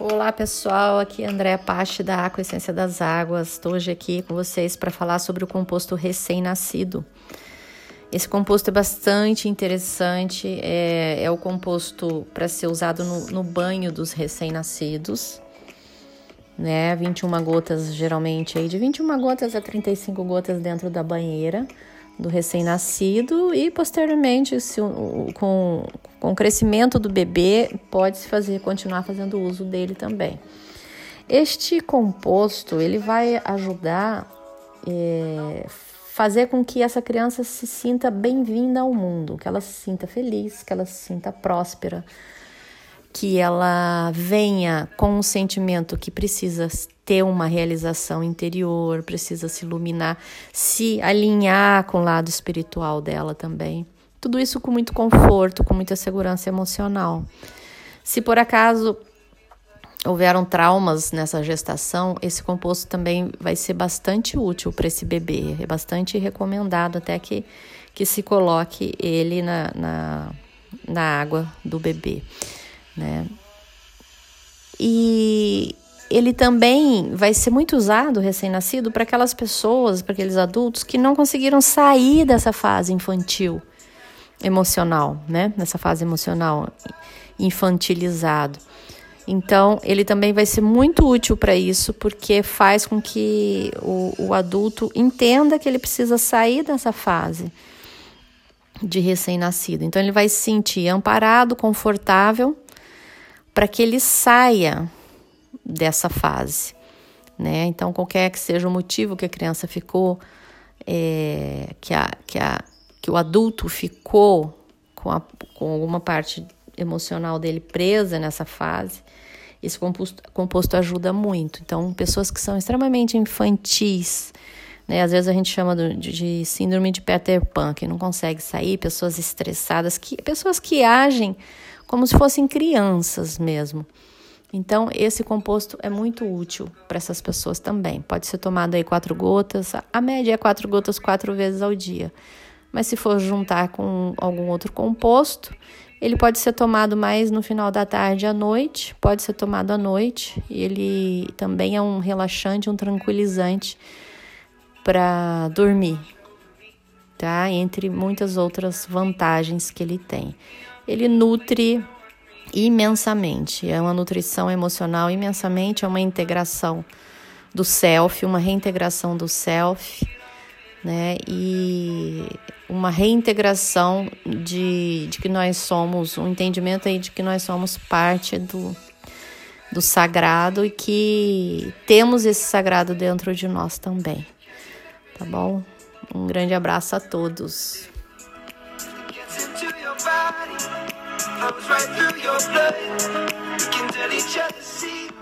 Olá pessoal, aqui é Andréa Pache da Aqua Essência das Águas. Estou hoje aqui com vocês para falar sobre o composto recém-nascido. Esse composto é bastante interessante, é o composto para ser usado no banho dos recém-nascidos, né? 21 gotas geralmente, aí de 21 gotas a 35 gotas dentro da banheira do recém-nascido e posteriormente, com o crescimento do bebê, pode-se continuar fazendo uso dele também. Este composto, ele vai ajudar fazer com que essa criança se sinta bem-vinda ao mundo, que ela se sinta feliz, que ela se sinta próspera, que ela venha com o sentimento que precisa ter uma realização interior, precisa se iluminar, se alinhar com o lado espiritual dela também. Tudo isso com muito conforto, com muita segurança emocional. Se por acaso houveram traumas nessa gestação, esse composto também vai ser bastante útil para esse bebê. É bastante recomendado até que se coloque ele na água do bebê, né? E ele também vai ser muito usado, recém-nascido, para aquelas pessoas, para aqueles adultos que não conseguiram sair dessa fase infantil, emocional, né? Nessa fase emocional infantilizado. Então, ele também vai ser muito útil para isso, porque faz com que o adulto entenda que ele precisa sair dessa fase de recém-nascido. Então, ele vai se sentir amparado, confortável, para que ele saia dessa fase, né? Então, qualquer que seja o motivo que a criança ficou, que o adulto ficou com alguma parte emocional dele presa nessa fase, esse composto ajuda muito. Então, pessoas que são extremamente infantis, né? Às vezes a gente chama de síndrome de Peter Pan, que não consegue sair, pessoas estressadas, pessoas que agem como se fossem crianças mesmo. Então, esse composto é muito útil para essas pessoas também. Pode ser tomado aí 4 gotas, a média é 4 gotas 4 vezes ao dia. Mas se for juntar com algum outro composto, ele pode ser tomado mais no final da tarde à noite, pode ser tomado à noite. Ele também é um relaxante, um tranquilizante para dormir, tá? Entre muitas outras vantagens que ele tem. Ele nutre imensamente, é uma nutrição emocional imensamente, é uma integração do self, uma reintegração do self, né? E uma reintegração de que nós somos, um entendimento aí de que nós somos parte do sagrado e que temos esse sagrado dentro de nós também, tá bom? Um grande abraço a todos. Flows right through your blood. We can tell each other secrets.